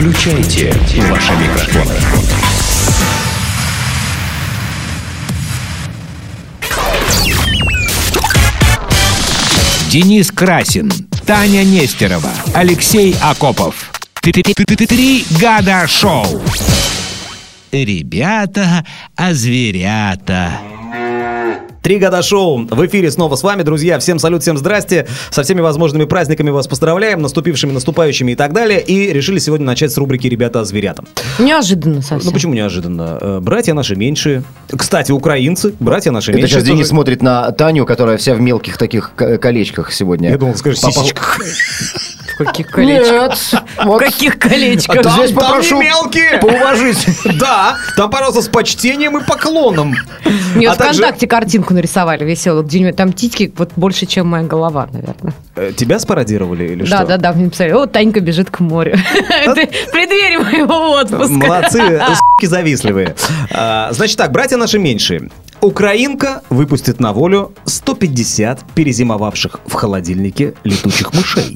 Включайте ваши микрофоны. Денис Красин, Таня Нестерова, Алексей Акопов. Три года шоу. Ребята, а зверята. 3 года шоу в эфире снова с вами, друзья. Всем салют, всем здрасте. Со всеми возможными праздниками вас поздравляем, наступившими, наступающими и так далее. И решили сегодня начать с рубрики «Ребята о зверятам». Неожиданно совсем. Ну почему неожиданно? Братья наши меньшие. Кстати, украинцы, братья наши меньшие. Это сейчас Денис смотрит на Таню, которая вся в мелких таких колечках сегодня. Я думал, скажешь, сисечках. В каких колечках? Нет. В каких колечках? Там, Здесь там попрошу не мелкие. поуважить. Да, там, пожалуйста, с почтением и поклоном. Мне А в ВКонтакте картинку нарисовали веселую, где там титьки вот больше, чем моя голова, наверное. Тебя спародировали или что? Да, мне написали, о, Танька бежит к морю. Это в преддверии моего отпуска. Молодцы, с***ки завистливые. Значит так, братья наши меньшие. Украинка выпустит на волю 150 перезимовавших в холодильнике летучих мышей.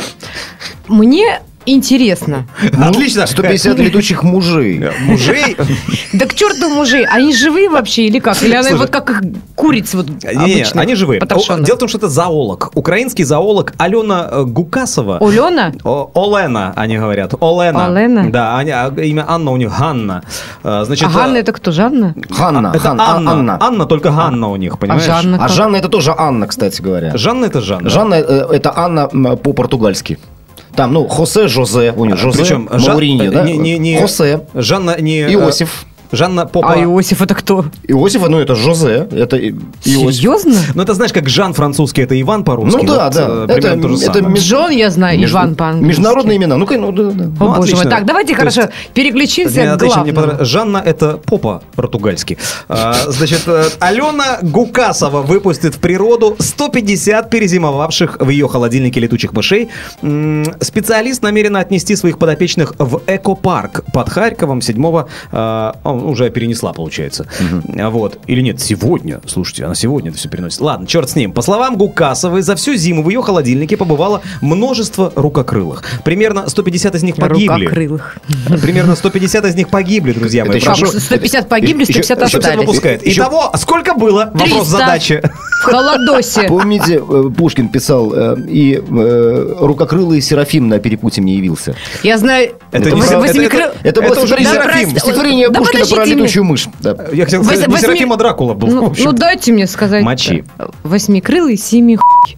Мне интересно. Отлично. 150 летучих мужей. Мужей? Да к черту мужей, они живые вообще или как? Или они вот как их куриц вот обычно? Они живые. Потрошенных? Дело в том, что это зоолог. Украинский зоолог Алена Гукасова. Олена? Олена, они говорят. Олена. Олена? Да, имя Анна у них Ганна. Значит, А Ганна это кто, Жанна? Ханна. это Анна. Анна, только Ганна у них, понимаешь? Жанна? А Жанна это тоже Анна, кстати говоря. Жанна это Жанна. Жанна это Анна по-португальски. Там, Хосе, Жозе, у них Жозе, Причем Мауриньо, да? не Хосе, Жанна не... Иосиф. Жанна Попа. А Иосиф это кто? Иосиф, это Жозе, это Иосиф. Серьезно? Ну, это знаешь, как Жан французский, это Иван по-русски. Ну да, вот, да. Примерно то же самое. Джон, я знаю, Иван по-английски. Международные имена. Да. О, Ну, боже отлично. мой. Так, давайте, То хорошо, есть, переключимся Мне к отлично, мне главному. понравилось. Жанна — это попа португальский. Значит, Алена Гукасова выпустит в природу 150 перезимовавших в ее холодильнике летучих мышей. Специалист намерен отнести своих подопечных в экопарк под Харьковом 7-го. Уже перенесла, получается. Вот. Или нет, сегодня. Слушайте, она сегодня это все переносит. Ладно, черт с ним. По словам Гукасовой, за всю зиму в ее холодильнике побывало множество рукокрылых. Примерно 150 из них погибли. Рукокрылых. Примерно 150 из них погибли, друзья мои. Это Прошу. еще- 150 погибли, 150 150 остались. выпускает. Итого, сколько было? 300. Вопрос задачи. В холодосе. Помните, Пушкин писал, и рукокрылый Серафим на перепутье мне явился. Я знаю... Это не Серафим, Это было уже не Серафим. стихотворение Да Пушкина про подождите летучую мышь. Да. Я хотел сказать, не Серафима Дракула был. в Ну общем. дайте мне сказать. Мочи. Восьмикрылый, семихуй.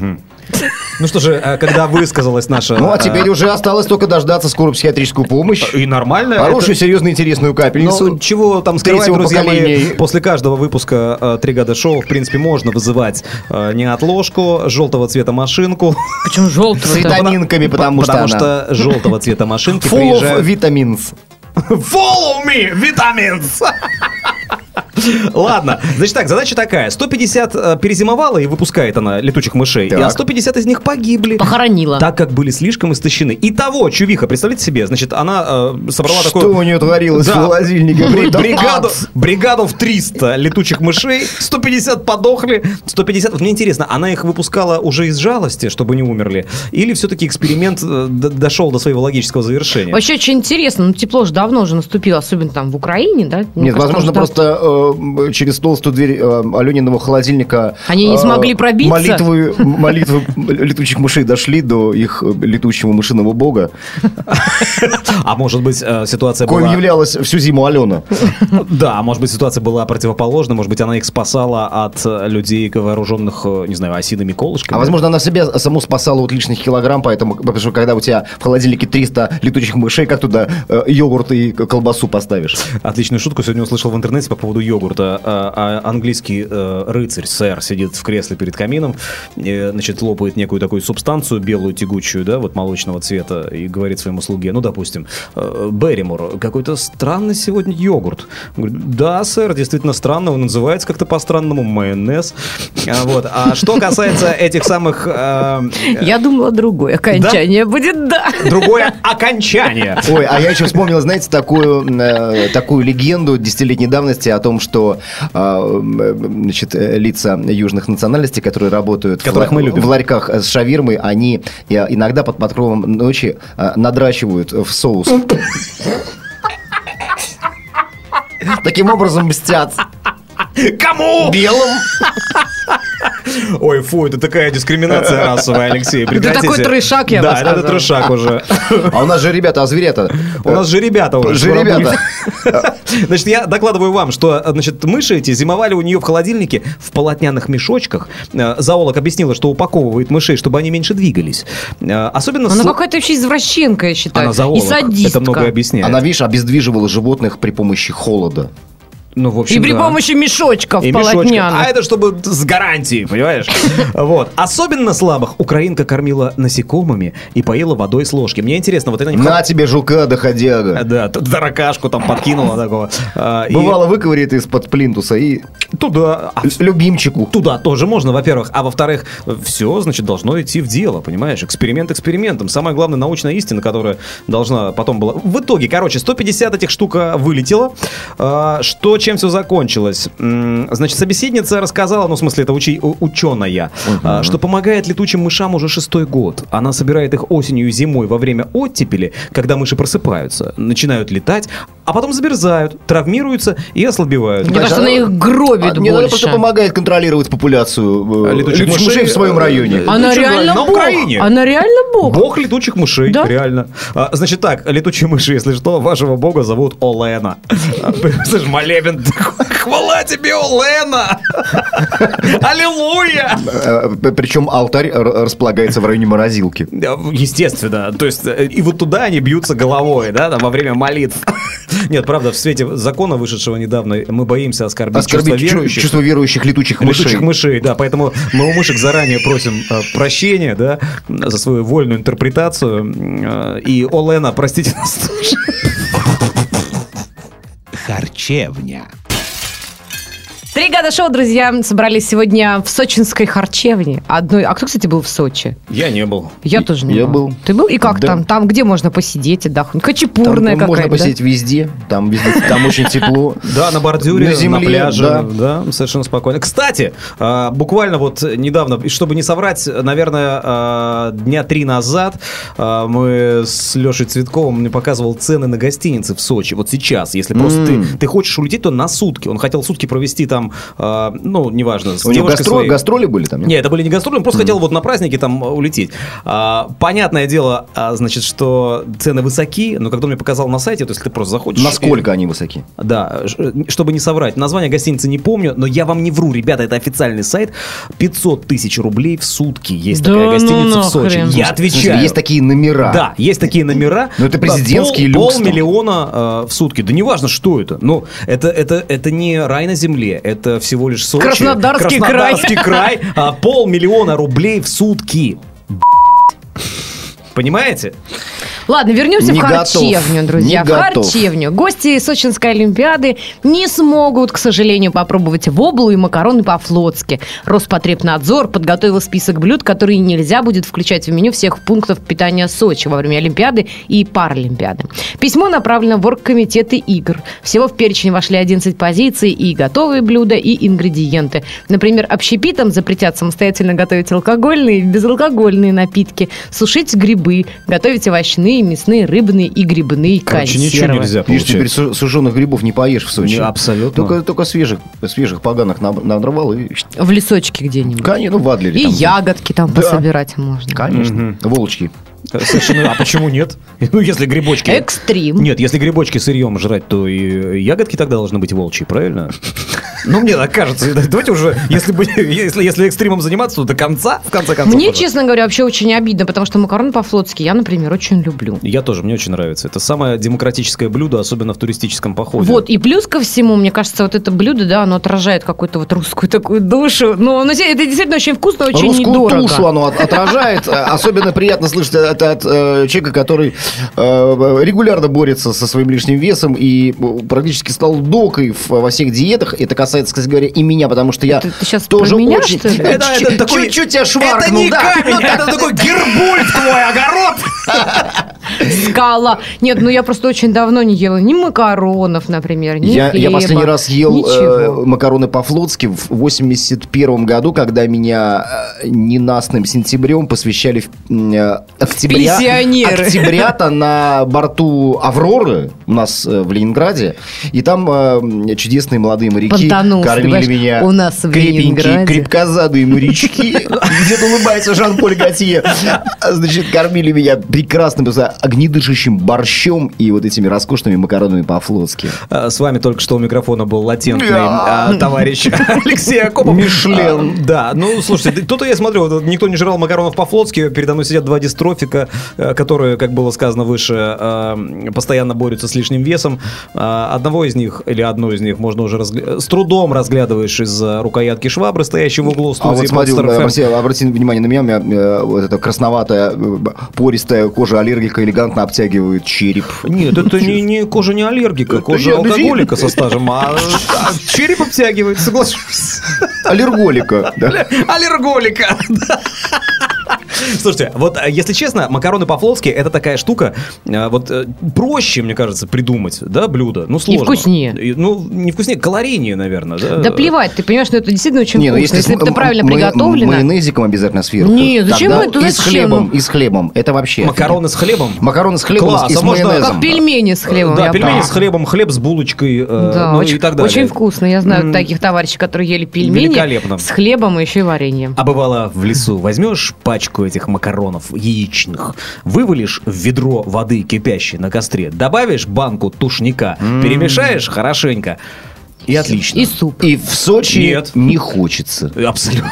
Ну что же, когда высказалась наша... Ну, а теперь уже осталось только дождаться скорую психиатрическую помощь. И нормально. Хорошую, серьезную, интересную капельницу. Ну, чего там скрывать, третьего друзья мои, поколения. после каждого выпуска 3 года шоу, в принципе, можно вызывать неотложку, желтого цвета машинку. Почему С желтого? витаминками, потому что что желтого цвета машинки Full of приезжают... vitamins. Follow me, vitamins! Ладно, значит так, задача такая. 150 перезимовала и выпускает она летучих мышей, Так. а 150 из них погибли. Похоронила. Так как были слишком истощены. Итого, чувиха, представляете себе, значит, она собрала Что такую... у нее творилось в Да. холодильнике? Бригаду в 300 летучих мышей, 150 подохли, 150... Вот мне интересно, она их выпускала уже из жалости, чтобы не умерли, или все-таки эксперимент дошел до своего логического завершения? Вообще очень интересно. Ну, тепло же давно уже наступило, особенно там в Украине, да? Мне Нет, кажется, возможно, там же просто через толстую дверь Алениного холодильника Они не смогли пробиться? молитвы летучих мышей дошли до их летучего мышиного бога, А может быть, ситуация коим была... являлась всю зиму Алена. Да, может быть, ситуация была противоположна, может быть, она их спасала от людей, вооруженных, не знаю, осиными колышками. А возможно, она себя саму спасала от лишних килограмм, потому что когда у тебя в холодильнике 300 летучих мышей, как туда йогурт и колбасу поставишь? Отличную шутку сегодня услышал в интернете по поводу йогурта. Английский рыцарь, сэр, сидит в кресле перед камином, значит, лопает некую такую субстанцию белую, тягучую, да, вот молочного цвета, и говорит своему слуге, ну, допустим, Берримор, какой-то странный сегодня йогурт. Он говорит, да, сэр, действительно странно, он называется как-то по-странному, майонез. Вот. А что касается этих самых... Я думала, другое окончание будет, да. Другое окончание. Ой, а я еще вспомнил, знаете, такую легенду десятилетней давности о том, что значит, лица южных национальностей, которые работают Которых мы любим. в ларьках с шавирмой, они иногда под покровом ночи надрачивают в соус. Таким образом мстят. Кому? Белым. Ой, фу, это такая дискриминация расовая, Алексей. Прекратите. такой трешак, я бы Да, это сказала. трешак уже. А у нас же ребята, зверята. У нас же ребята уже. Же ребята. Значит, я докладываю вам, что, значит, мыши эти зимовали у нее в холодильнике в полотняных мешочках. Зоолог объяснила, что упаковывает мышей, чтобы они меньше двигались. Особенно... Она какая-то вообще извращенка, я считаю. Она зоолог. И садистка. Это многое объясняет. Она, видишь, обездвиживала животных при помощи холода. Ну, в общем, И при да. помощи мешочков И мешочка. полотняных. А это чтобы с гарантией, понимаешь? Вот. Особенно слабых украинка кормила насекомыми и поила водой с ложки. Мне интересно, вот это... На тебе жука, доходяга. Да, тут таракашку там подкинула такого. Бывало, выковырит из-под плинтуса и Туда. любимчику. Туда тоже можно, во-первых. А во-вторых, все, значит, должно идти в дело, понимаешь? Эксперимент экспериментом. Самая главная научная истина, которая должна потом была... В итоге, короче, 150 этих штук вылетело. Чем все закончилось? Значит, собеседница рассказала, ну, в смысле, это ученая, что помогает летучим мышам уже 6-й год. Она собирает их осенью и зимой во время оттепели, когда мыши просыпаются, начинают летать, а потом замерзают, травмируются и ослабевают. Мне кажется, она их гробит Мне больше. просто помогает контролировать популяцию летучих мышей в своем районе. Она Летучих реально на бог. Украине. Она реально бог. Бог летучих мышей, Да? реально. Значит так, летучие мыши, если что, вашего бога зовут Олена. Слышь, молебен такой, хвала тебе, Олена! Аллилуйя! Причем алтарь располагается в районе морозилки. Естественно, то есть и вот туда они бьются головой, да, там, во время молитв. Нет, правда, в свете закона, вышедшего недавно, мы боимся оскорбить Чувство верующих летучих мышей. Летучих мышей, да, поэтому мы у мышек заранее просим прощения, да, за свою вольную интерпретацию. И Олена, простите нас тоже. Харчевня. Три года шоу, друзья, собрались сегодня в сочинской харчевне. А кто, кстати, был в Сочи? Я не был. Я тоже не Я была. был. Ты был? И как Да. там? Там, где можно посидеть, отдохнуть? Там Хачапурная какая-то, можно да? посидеть везде. Там очень тепло. Да, на бордюре, На земле, на пляже, да. совершенно спокойно. Кстати, буквально вот недавно, чтобы не соврать, наверное, дня 3 назад мы с Лешей Цветковым мне показывал цены на гостиницы в Сочи. Вот сейчас, если просто ты хочешь улететь, то на сутки. Он хотел сутки провести там, ну, неважно, с У него девушкой своей. гастроли были там? Нет, это были не гастроли, он просто хотел вот на праздники там улететь. Понятное дело, значит, что цены высоки, но когда он мне показал на сайте, то есть ты просто заходишь... Насколько они высоки? Да, чтобы не соврать. Название гостиницы не помню, но я вам не вру, ребята, это официальный сайт. 500 тысяч рублей в сутки есть Да такая ну гостиница в Сочи. нахрен. Я В смысле, отвечаю. есть такие номера. Да, есть такие номера. Но это президентский люкс там. 500 000 в сутки. Да неважно, что это. Ну, это не рай на земле. Это всего лишь Сочи. Краснодарский край. 500 000 рублей в сутки. Понимаете? Ладно, вернемся Не в харчевню, готов. друзья. Не В готов. харчевню. Гости Сочинской Олимпиады не смогут, к сожалению, попробовать воблу и макароны по-флотски. Роспотребнадзор подготовил список блюд, которые нельзя будет включать в меню всех пунктов питания Сочи во время Олимпиады и Паралимпиады. Письмо направлено в оргкомитеты игр. Всего в перечень вошли 11 позиций и готовые блюда, и ингредиенты. Например, общепитам запретят самостоятельно готовить алкогольные и безалкогольные напитки, сушить грибы, готовить овощные, мясные, рыбные и грибные Короче, консервы. ничего нельзя Видишь, теперь получать. сушеных грибов не поешь в Сочи. Не, абсолютно. Только свежих поганых надрывал и... В лесочке где-нибудь. Конечно, в Адлере. И там. ягодки там Да. пособирать можно. Конечно. Волочки. Совершенно. А почему нет? Ну, если грибочки... Экстрим. Нет, если грибочки сырьем жрать, то и ягодки тогда должны быть волчьи, правильно? Ну, мне так кажется. Давайте уже, если экстримом заниматься, то до конца, в конце концов. Мне, уже. честно говоря, вообще очень обидно, потому что макароны по-флотски я, например, очень люблю. Я тоже, мне очень нравится. Это самое демократическое блюдо, особенно в туристическом походе. Вот, и плюс ко всему, мне кажется, вот это блюдо, да, оно отражает какую-то вот русскую такую душу. Но это действительно очень вкусно, очень Русскую недорого. душу оно отражает. Особенно приятно слышать это от человека, который регулярно борется со своим лишним весом и практически стал докой во всех диетах. Это касается, кстати говоря, и меня, потому что я Ты щас тоже про меня, очень... что ли? Это такой- Чуть-чуть я Это шваркнул, не да. камень, это такой гербуль в твой огород. Никола. Нет, ну я просто очень давно не ела ни макаронов, например, ни Я хлеба. последний раз ел Ничего. макароны по-флотски в 81 году, когда меня ненастным сентябрем посвящали Пенсионеры. октябрята на борту «Авроры» у нас в Ленинграде. И там чудесные молодые моряки Понтанулся, кормили понимаешь, меня. у нас в крепенькие, Ленинграде. крепкозадые морячки. Где-то улыбается Жан-Поль Готье. Значит, кормили меня прекрасным огнедышащим борщом и вот этими роскошными макаронами по-флотски. С вами только что у микрофона был латентный товарищ Алексей Акопов. Мишлен. Да, ну, слушайте, тут я смотрю, вот никто не жрал макаронов по-флотски, передо мной сидят два дистрофика, которые, как было сказано выше, постоянно борются с лишним весом. Одного из них, или одну из них можно уже с трудом разглядываешь из рукоятки швабры, стоящей в углу студии. А вот смотри, Podster FM. обратите внимание на меня, вот эта красноватая, пористая кожа аллергика элегантно обтягивает череп. Нет, это не кожа не аллергика, кожа алкоголика со стажем, а череп обтягивает, соглашусь. Аллерголика. Да. Аллерголика. Слушайте, вот если честно, макароны по-флотски это такая штука, вот проще, мне кажется, придумать, да, блюдо. Ну, сложно. И вкуснее. Ну, не вкуснее, калорийнее, наверное. Да плевать, ты понимаешь, что это действительно очень Не, ну вкусно. Если это правильно приготовлено. майонезиком обязательно сверху. Не, зачем Тогда это? и с хлебом, и с хлебом. Это вообще. Макароны с хлебом? Макароны с хлебом Класс, и с а можно майонезом. Как пельмени с хлебом. Да, я пельмени помню. с хлебом, хлеб с булочкой, Да, ну очень, и так далее. очень вкусно. Я знаю таких товарищей, которые ели пельмени Великолепно. с хлебом и еще и вареньем. А бывало в лесу, возьмешь пачку этих макаронов яичных, вывалишь в ведро воды кипящей на костре, добавишь банку тушника, перемешаешь хорошенько, и отлично. И суп. И в Сочи Нет. не хочется. Абсолютно.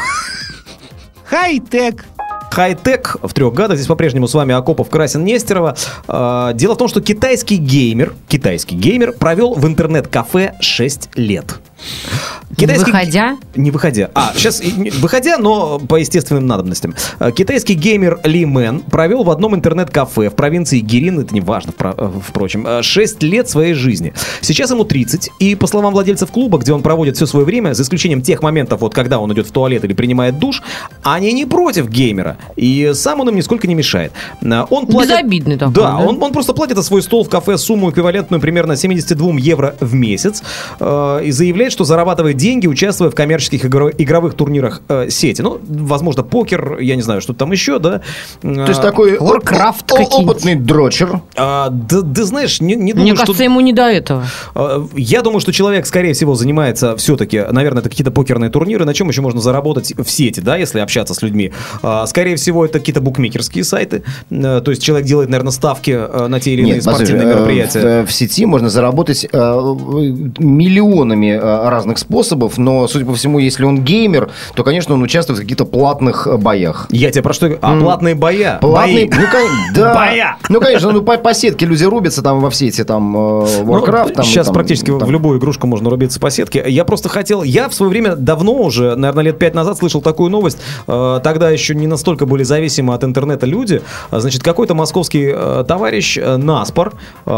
Хай-тек. Хай-тек в 3 гадах. Здесь по-прежнему с вами Акопов, Красин, Нестерова. Дело в том, что китайский геймер провел в интернет-кафе 6 лет. Выходя? Не выходя. Сейчас выходя, но по естественным надобностям. Китайский геймер Ли Мэн провел в одном интернет-кафе в провинции Гирин, это не важно, впрочем, 6 лет своей жизни. Сейчас ему 30, и по словам владельцев клуба, где он проводит все свое время, за исключением тех моментов, вот когда он идет в туалет или принимает душ, они не против геймера, и сам он им нисколько не мешает. Он платит... Безобидный такой, Да, да? он просто платит за свой стол в кафе сумму, эквивалентную примерно 72 евро в месяц, и заявляет, что зарабатывает деньги, участвуя в коммерческих игровых турнирах сети. Ну, возможно, покер, я не знаю, что там еще, да. То есть такой Warcraft опытный дрочер. Да, знаешь, не думаю, Мне кажется, ему не до этого. Я думаю, что человек, скорее всего, занимается все-таки, наверное, это какие-то покерные турниры, на чем еще можно заработать в сети, да, если общаться с людьми. Скорее всего, это какие-то букмекерские сайты, то есть человек делает, наверное, ставки на те или иные спортивные мероприятия. В сети можно заработать миллионами разных способов, но, судя по всему, если он геймер, то, конечно, он участвует в каких-то платных боях. Я тебе про что говорю? Платные боя. Платные, Бои. ну, да. Боя. Ну, конечно, ну, по сетке люди рубятся там во все эти там Warcraft. Там, сейчас там, практически там. в любую игрушку можно рубиться по сетке. Я просто хотел... Я в свое время давно уже, наверное, лет 5 назад слышал такую новость. Тогда еще не настолько были зависимы от интернета люди. Значит, какой-то московский товарищ Наспор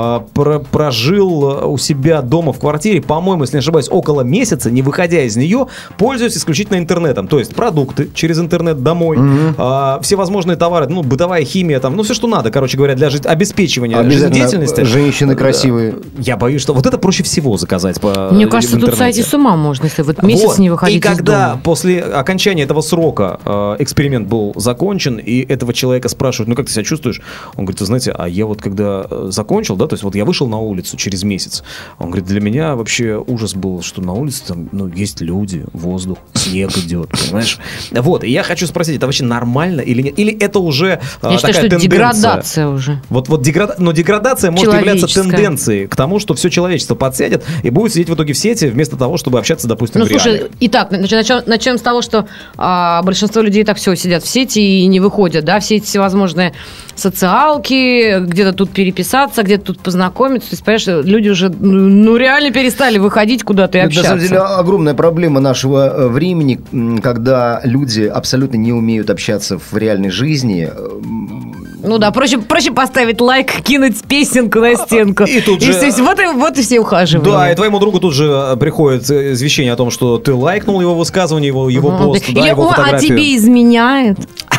прожил у себя дома в квартире, по-моему, если не ошибаюсь, около месяца, не выходя из нее, пользуясь исключительно интернетом. То есть продукты через интернет домой, всевозможные товары, ну, бытовая химия, там, ну, все, что надо, короче говоря, для обеспечивания жизнедеятельности. Женщины красивые. Я боюсь, что вот это проще всего заказать по Мне кажется, в тут интернете. сойти с ума можно, если вот месяц Вот. не выходить И когда из дома. после окончания этого срока эксперимент был закончен, и этого человека спрашивают, ну как ты себя чувствуешь? Он говорит, вы знаете, а я вот когда закончил, да, то есть вот я вышел на улицу через месяц, он говорит, для меня вообще ужас был, что на улице там, ну, есть люди, воздух, снег идет, понимаешь? Вот, и я хочу спросить, это вообще нормально или нет? Или это уже Я считаю, такая что это тенденция? деградация уже. Вот но деградация может являться Человеческая. тенденцией к тому, что все человечество подсядет и будет сидеть в итоге в сети вместо того, чтобы общаться, допустим, Ну, в реале. слушай, итак, начнем с того, что большинство людей так все сидят в сети и не выходят, да, все эти всевозможные социалки, где-то тут переписаться, где-то тут познакомиться. То есть, понимаешь, люди уже, ну, реально перестали выходить куда-то и Это, общаться. на самом деле, огромная проблема нашего времени, когда люди абсолютно не умеют общаться в реальной жизни. Ну да, проще поставить лайк, кинуть песенку на стенку. И тут же- все, вот и все ухаживания. Да, и твоему другу тут же приходит извещение о том, что ты лайкнул его высказывание, его пост, да, Или, его а фотографию. тебе изменяет.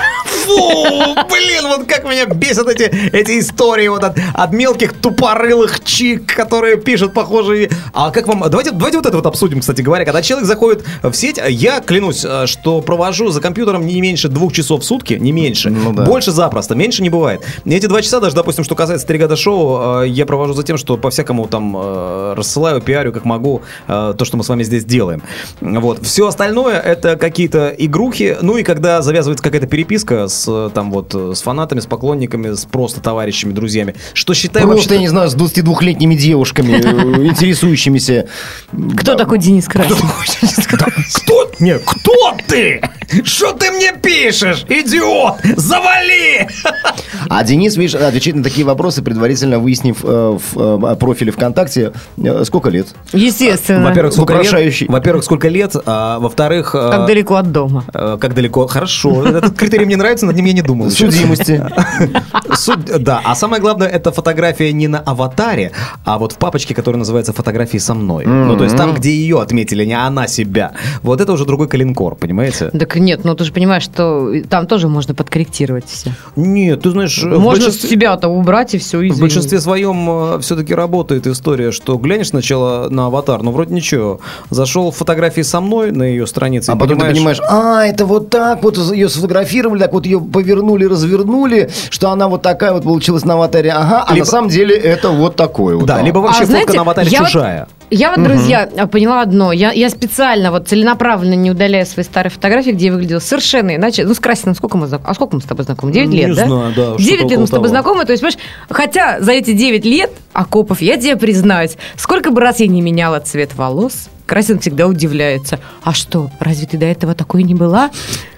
Фу, блин, вот как меня бесят эти истории вот от мелких тупорылых чик, которые пишут похожие. А как вам... Давайте вот это вот обсудим, кстати говоря. Когда человек заходит в сеть, я клянусь, что провожу за компьютером не меньше 2 часов в сутки, не меньше. Ну, да. Больше запросто, меньше не бывает. И эти 2 часа, даже, допустим, что касается «Три года шоу», я провожу за тем, что по-всякому там рассылаю, пиарю, как могу, то, что мы с вами здесь делаем. Вот. Все остальное — это какие-то игрухи. Ну и когда завязывается какая-то переписка с фанатами, с поклонниками, с просто товарищами, друзьями, что считаю Просто, я не знаю, с 22-летними девушками, интересующимися. Кто такой Денис Красин? Кто? Нет, кто ты? Что ты мне пишешь? Идиот! Завали! А Денис, видишь, отвечает на такие вопросы, предварительно выяснив в профиле ВКонтакте, сколько лет. Естественно. Во-первых, Вопрошающий. сколько лет, а во-вторых... Как далеко от дома. Как далеко? Хорошо. Этот критерий мне нравится, над ним я не думал. Судимости. Да, а самое главное, это фотография не на аватаре, а вот в папочке, которая называется «Фотографии со мной». Ну, то есть там, где ее отметили, не она себя. Вот это уже другой калинкор, понимаете? Так нет, ну ты же понимаешь, что там тоже можно подкорректировать все. Нет, ты знаешь... Можно себя-то убрать и все, В большинстве своем все-таки работает история, что глянешь сначала на аватар, ну вроде ничего, зашел в фотографии со мной на ее странице. А потом ты понимаешь, это вот так вот ее сфотографировали, так вот ее повернули, развернули, что она вот такая вот получилась на аватаре, а на самом деле это вот такое вот. Да, либо вообще фотка на аватаре чужая. Я вот, друзья, поняла одно. Я специально вот целенаправленно не удаляю свои старые фотографии, где я выглядела совершенно иначе. Ну, с Красиным сколько мы знакомы? А сколько мы с тобой знакомы? 9 лет, да? Не знаю, да. 9 лет мы с тобой знакомы. То есть, понимаешь, хотя за эти 9 лет, Акопов, я тебе признаюсь, сколько бы раз я не меняла цвет волос, Красин всегда удивляется. А что, разве ты до этого такой не была?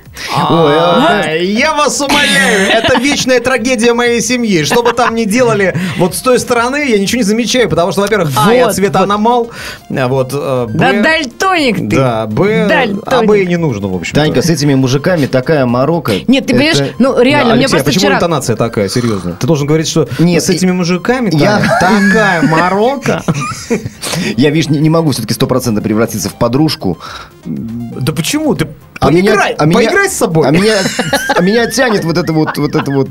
Я вас умоляю, это вечная трагедия моей семьи. Что бы там ни делали вот с той стороны, я ничего не замечаю, потому что, во-первых, я цветоаномал, вот, Да дальтоник ты. Да, Б и не нужно, в общем. Танька, с этими мужиками такая морока. Нет, ты понимаешь, ну реально, мне просто почему вчера... интонация такая, серьезно? Ты должен говорить, что Нет, с этими мужиками я- такая морока. Я, видишь, не могу все-таки 100% превратиться в подружку. Да почему? Ты Поиграй поиграй с собой. А меня тянет вот эти вот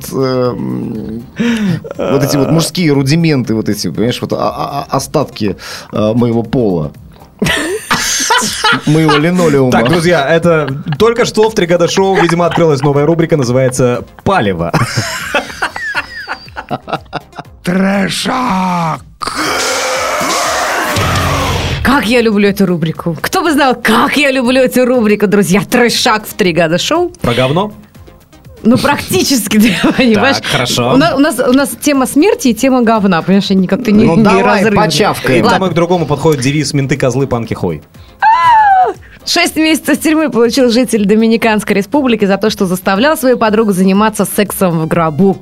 мужские рудименты, вот эти, понимаешь, вот остатки моего пола. Моего линолеума. Так, друзья, это только что в «Три года шоу», видимо, открылась новая рубрика, называется «Палево». Трэшак. Как я люблю эту рубрику. Кто бы знал, как я люблю эту рубрику, друзья. Трэшак в «Три года шоу». Про говно? Ну, практически, ты понимаешь. Так, хорошо. У нас тема смерти и тема говна, понимаешь, они как-то не давай, разрывны. почавкаем. И к Ладно. тому и к другому подходит девиз «Менты, козлы, панки, хой». 6 месяцев тюрьмы получил житель Доминиканской республики за то, что заставлял свою подругу заниматься сексом в гробу.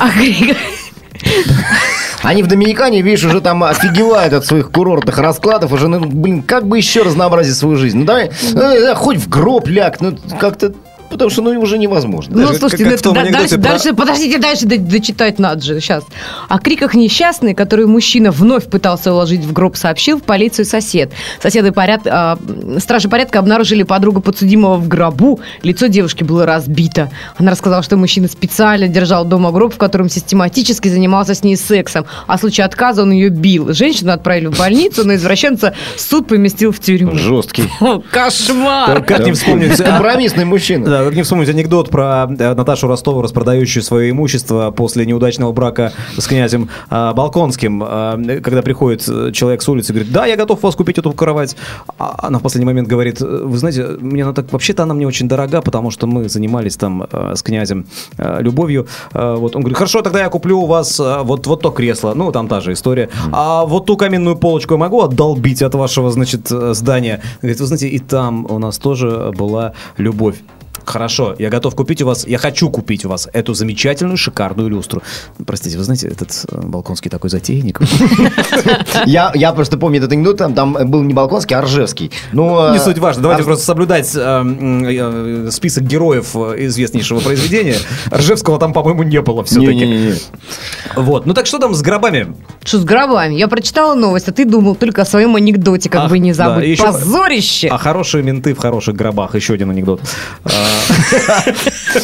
Они в Доминикане, видишь, уже там офигевают от своих курортных раскладов. Уже, как бы еще разнообразить свою жизнь. Ну, давай, хоть в гроб ляг, как-то... Потому что, уже невозможно. Ну, Даже слушайте, как в том анекдоте дальше, подождите, дальше дочитать надо же сейчас. О криках несчастной, которую мужчина вновь пытался уложить в гроб, сообщил в полицию сосед. Стражи порядка обнаружили подругу подсудимого в гробу. Лицо девушки было разбито. Она рассказала, что мужчина специально держал дома гроб, в котором систематически занимался с ней сексом. А в случае отказа он ее бил. Женщину отправили в больницу, но извращенца суд поместил в тюрьму. Жесткий. Кошмар! Как не вспомнить... Компромиссный мужчина. Да, как не вспомнить анекдот про Наташу Ростову, распродающую свое имущество после неудачного брака с князем Балконским. Когда приходит человек с улицы и говорит: да, я готов у вас купить эту кровать. А она в последний момент говорит: вы знаете, вообще-то она мне очень дорога, потому что мы занимались там с князем любовью. Вот. Он говорит: хорошо, тогда я куплю у вас вот то кресло. Ну, там та же история. А вот ту каменную полочку я могу отдолбить от вашего, здания? Говорит: вы знаете, и там у нас тоже была любовь. Хорошо, я готов купить у вас, я хочу купить у вас эту замечательную, шикарную люстру. Простите, вы знаете, этот Балконский такой затейник. Я просто помню этот анекдот, там был не Балконский, а Ржевский. Не суть важно, давайте просто соблюдать список героев известнейшего произведения. Ржевского там, по-моему, не было все-таки. Не-не-не. Вот, ну так что там с гробами? Что с гробами? Я прочитала новость, а ты думал только о своем анекдоте, как бы не забыть. Да, еще... Позорище! А хорошие менты в хороших гробах. Еще один анекдот.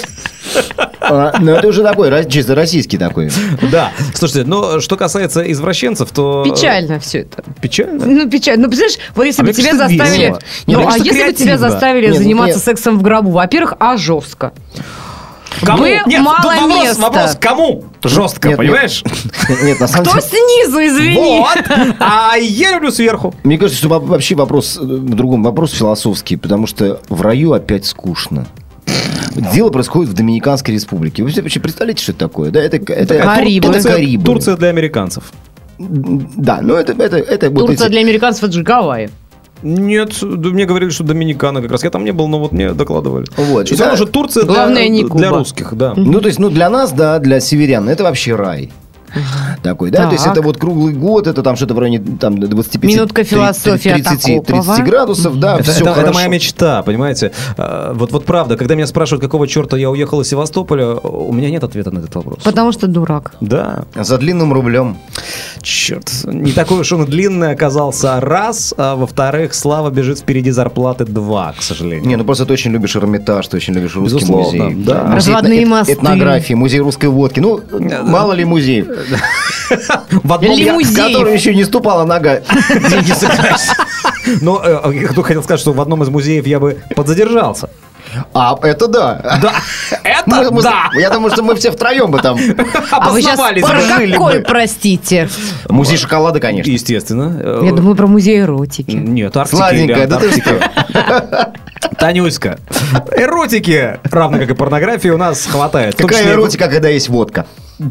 Ну, это уже такой, чисто российский такой. Да. Слушайте, но что касается извращенцев, то... Печально все это. Печально? Ну, печально. Ну, представляешь, вот если А бы мне тебя кажется, заставили... весело. Ну, Мне а кажется, если бы тебя креативно. заставили Нет, заниматься нет. сексом в гробу? Во-первых, жестко. Кому? Вы Нет, мало тут вопрос, места. вопрос кому? Жестко, Нет, понимаешь? Нет, на самом Кто деле... снизу, извини? Вот. А я люблю сверху. Мне кажется, что вообще вопрос в другом. Вопрос философский, потому что в раю опять скучно. Дело происходит в Доминиканской республике. Вы вообще представляете, что это такое? Да, это Карибы. это Карибы. Турция для американцев. Да, но это вот Турция эти... для американцев это же Гавайи. Нет, да, мне говорили, что Доминикана как раз. Я там не был, но вот мне докладывали. Вот. Что это уже Турция Главное, не для Куба. русских, да. Ну, то есть, ну, для нас, да, для северян, это вообще рай. Такой, да, то есть Так. это вот круглый год, это там что-то в районе там, 25 Минутка философии от 30 Акопова. градусов, да, все Это хорошо. моя мечта, понимаете? Вот правда, когда меня спрашивают, какого черта я уехал из Севастополя, у меня нет ответа на этот вопрос. Потому что дурак. Да, За длинным рублем. черт, не такой уж он и длинный оказался, раз, а во-вторых, Слава бежит впереди зарплаты, два, к сожалению. Не, ну просто ты очень любишь Эрмитаж, ты очень любишь русский Безусловно, музей. да. Музей Разводные мосты. этнографии, музей русской водки. Ну, мало ли музеев, В одном я- Лимузей. в который еще не ступала нога. Деньги сыграть. Но я только хотел сказать, что в одном из музеев я бы подзадержался. А, это да. Да, это да! Я думаю, что мы все втроем бы там. А вы сейчас Обосновались, про жили какой, бы. простите? Музей шоколада, конечно. Естественно. Я думаю, про музей эротики. Нет, Арктика Сладенькая, или да ты Антарктика. Танюська, эротики, равно как и порнографии, у нас хватает. В том Какая числе эротика, когда есть водка?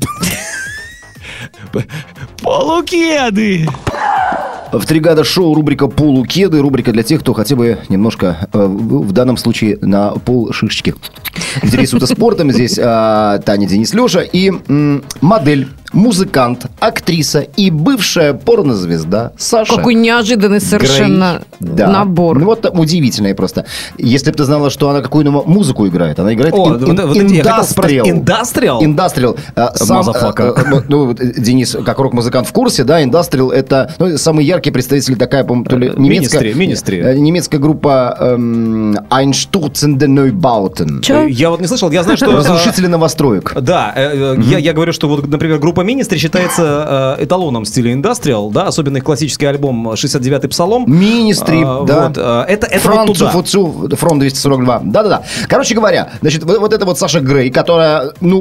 Полукеды. В «Три года» шоу рубрика «Полукеды». Рубрика для тех, кто хотя бы немножко, в данном случае, на полшишечки интересуется спортом. Здесь Таня, Денис, Леша и модель, музыкант, актриса и бывшая порнозвезда Саша. Какой неожиданный совершенно Грей. Да. набор. Ну, вот удивительное просто. Если бы ты знала, что она какую музыку играет. Она играет О, вот это я хотел спросить. индастриал. Индастриал? Индастриал. Ну, Денис, как рок-музыкант в курсе, да, индастриал это самый яркий представитель такая, по-моему, то ли немецкая... Министри. Немецкая группа Einstürzende Neubauten. Чё? Я вот не слышал, я знаю, что... Разрушители новостроек. Да, я говорю, что вот, например, группа Министри считается эталоном стиля индастриал, да, особенно их классический альбом «69-й Псалом». Министри, да. Вот, это Фронт вот туда. Фуцу, фронт 242. Да-да-да. Короче говоря, значит, вот это вот Саша Грей, которая, ну,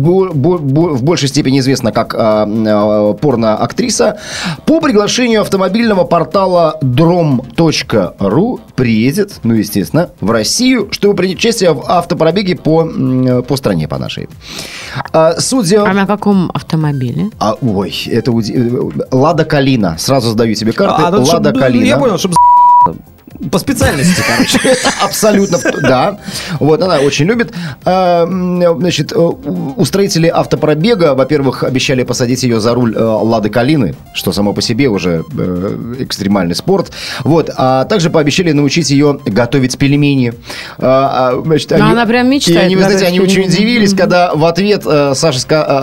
в большей степени известна как порно-актриса, по приглашению автомобильного портала drom.ru приедет, ну, естественно, в Россию, чтобы принять участие в автопробеге по стране, по нашей. Судя... А на каком автомобиле? Ой, это Лада Калина. Сразу сдаю тебе карты. ну, Лада чтоб- Калина. Я понял, чтобы по специальности, короче. Абсолютно, да. Вот, она очень любит. Значит, устроители автопробега, во-первых, обещали посадить ее за руль Лады Калины, что само по себе уже экстремальный спорт. Вот, а также пообещали научить ее готовить пельмени. Значит, она прям мечтает И они, вы знаете, готовить они очень пельмени. удивились, когда в ответ Саша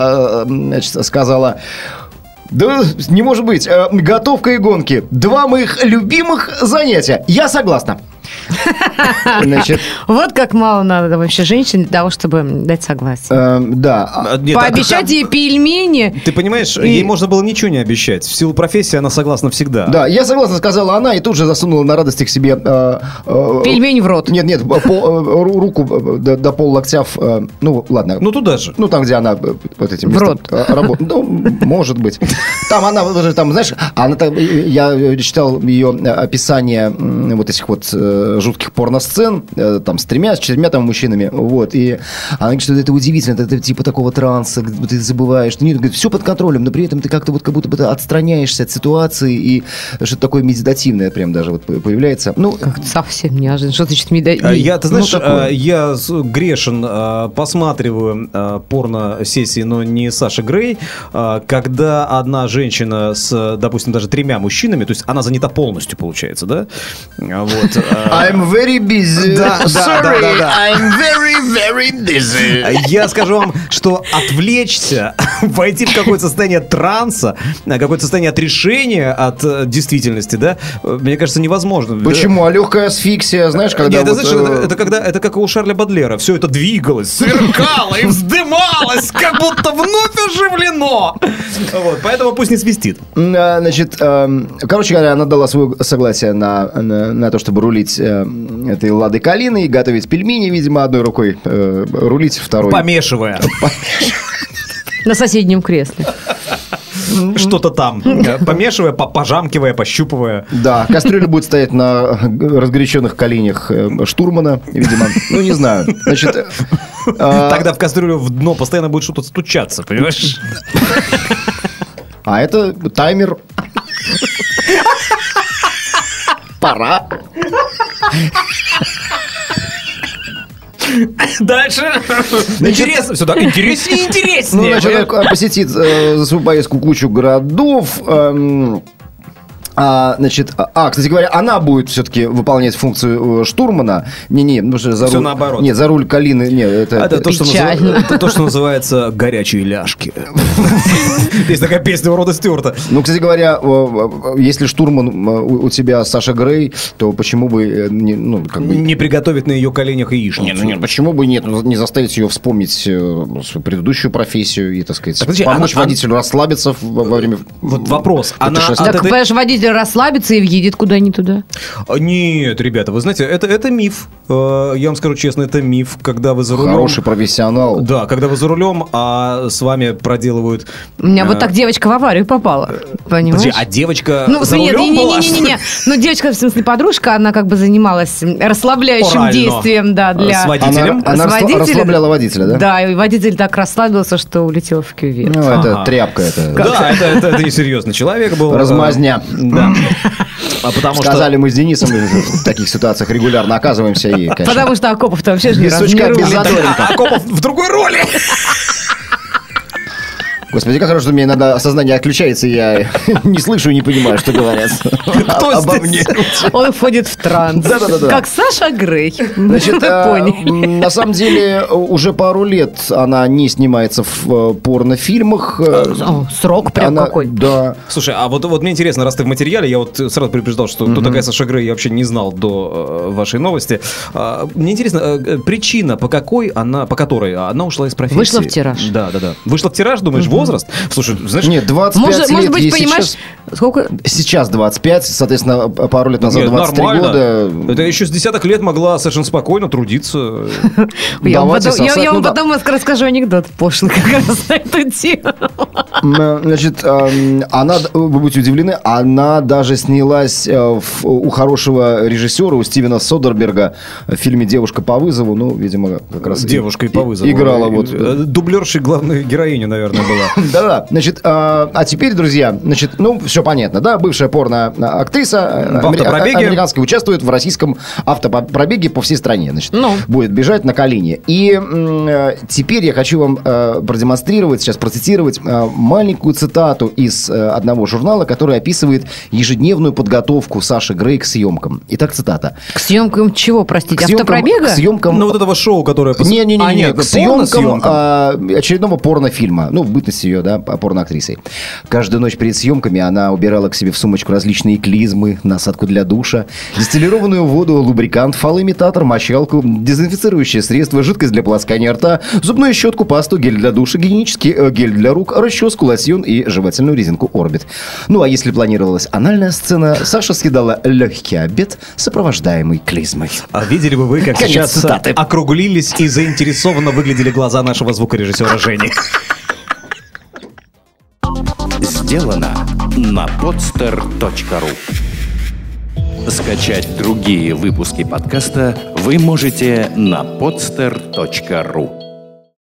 сказала: да, не может быть. Готовка и гонки. Два моих любимых занятия. Я согласна. Значит, Вот как мало надо вообще женщине для того, чтобы дать согласие. да. Нет, Пообещать ей пельмени. Ты понимаешь, ей можно было ничего не обещать. В силу профессии она согласна всегда. Да, я согласна, сказала она, и тут же засунула на радостях себе... Пельмень в рот. Нет, руку до поллоктя в... Ну, ладно. Ну, туда же. Ну, там, где она вот этим В рот. работает. Ну, может быть. Там она, там, знаешь, она там, я читал ее описание вот этих вот жутких порносцен, там, с 3-4 там мужчинами, вот, и она говорит, что это удивительно, это типа такого транса, ты забываешь, что нет, говорит, все под контролем, но при этом ты как-то вот как будто бы ты отстраняешься от ситуации, и что-то такое медитативное прям даже вот появляется. Ну, Как-то совсем неожиданно. Что значит меда... Я, ты знаешь, Ну, такое. я грешен, посматриваю порно-сессии, но не Саши Грей, когда одна женщина с, допустим, даже 3 мужчинами, то есть она занята полностью, получается, да? Вот. I'm very busy. Да. I'm very, very busy. Я скажу вам, что отвлечься, войти в какое-то состояние транса, какое-то состояние отрешения от действительности, да, мне кажется, невозможно. Почему? А легкая асфиксия, знаешь, когда... Нет, это как у Шарля Бодлера. Все это двигалось, сверкало и вздымалось, как будто вновь оживлено. Вот, поэтому пусть не свистит. Значит, короче говоря, она дала свое согласие на то, чтобы рулить этой Ладой Калиной, готовить пельмени, видимо, одной рукой, рулить второй. Помешивая. На соседнем кресле. Что-то там. Помешивая, пожамкивая, пощупывая. Да, кастрюля будет стоять на разгоряченных коленях штурмана, видимо. Ну, не знаю. Значит, Тогда в кастрюлю в дно постоянно будет что-то стучаться, понимаешь? а это таймер. Пора. Дальше. Интересно. Все так интереснее и Ну, интереснее. значит, она посетит за свою поездку кучу городов. Кстати говоря, она будет все-таки выполнять функцию штурмана. Потому что за Всё руль... наоборот. Нет, за руль Калины... Нет, Это то, что называется горячие ляжки. Есть такая песня у Рода Стюарта. Ну, кстати говоря, если штурман у тебя Саша Грей, то почему бы Не приготовить на ее коленях яичницу. Нет, почему бы не заставить ее вспомнить свою предыдущую профессию и, так сказать, подожди, помочь водителю расслабиться во время Вот вопрос. путешествия. Так, понимаешь, водитель расслабится и въедет куда не туда. Нет, ребята, вы знаете, это миф. Я вам скажу честно, это миф, когда вы за рулем. Хороший профессионал. Да, когда вы за рулем, а с вами проделывают... У меня вот так девочка в аварию попала. Понимаешь? Подожди, а девочка Ну, за нет, рулем была? не-не-не. Ну, девочка, в смысле, подружка, она как бы занималась расслабляющим Орально. действием, да, для... С водителем? Она С водителем. расслабляла водителя, да? Да, и водитель так расслабился, что улетел в кювет. Ну, это тряпка. Да, это несерьезный человек был. Размазня. Да. А потому Сказали, мы с Денисом в таких ситуациях регулярно оказываемся. И, конечно, Потому что Акопов-то вообще же ни без разу не сучка, без рулит. задоринка. Акопов в другой роли. Господи, как хорошо, что у меня иногда сознание отключается, и я не слышу и не понимаю, что говорят обо мне. Он входит в транс. Да-да-да. Как Саша Грей. Значит, Поняли. на самом деле, уже пару лет она не снимается в порнофильмах. О, срок прям Она- какой. Да. Слушай, а вот мне интересно, раз ты в материале, я вот сразу предупреждал, что кто такая Саша Грей, я вообще не знал до вашей новости. Мне интересно, причина, по которой она ушла из профессии. Вышла в тираж. Да. Вышла в тираж, думаешь, возраст? Слушай, знаешь... Нет, 25 лет. Может быть, ей понимаешь, сколько... Сейчас 25, соответственно, пару лет назад Нет, 23 нормально. года. Это еще с десяток лет могла совершенно спокойно трудиться. Я вам Давайте потом, сосать. я вам Ну да. потом расскажу анекдот пошлый как раз на эту тему. Значит, она, вы будете удивлены, она даже снялась у хорошего режиссера, у Стивена Содерберга в фильме «Девушка по вызову». Ну, видимо, как раз Девушкой по вызову. играла вот... Дублершей главной героини, наверное, была. Да-да, значит, а теперь, друзья, значит, все понятно, да, бывшая порно-актриса В автопробеге. американская участвует в российском автопробеге по всей стране, значит, Ну. будет бежать на Калине. И теперь я хочу вам продемонстрировать, сейчас процитировать маленькую цитату из одного журнала, который описывает ежедневную подготовку Саши Грей к съемкам. Итак, цитата. К съемкам чего, простите, К съемкам- автопробега? К съемкам... Ну, вот этого шоу, которое... Не-не-не, к съемкам съемкам. очередного порнофильма. Ну, в бытность ее, да, порноактрисой. Каждую ночь перед съемками она убирала к себе в сумочку различные клизмы, насадку для душа, дистиллированную воду, лубрикант, фалоимитатор, мочалку, дезинфицирующее средство, жидкость для полоскания рта, зубную щетку, пасту, гель для душа, гигиенический гель для рук, расческу, лосьон и жевательную резинку Орбит. Ну, а если планировалась анальная сцена, Саша съедала легкий обед, сопровождаемый клизмой. А видели бы вы, как Конец сейчас цитаты. округлились и заинтересованно выглядели глаза нашего звукорежиссера Жени? Сделано на podster.ru. Скачать другие выпуски подкаста вы можете на podster.ru.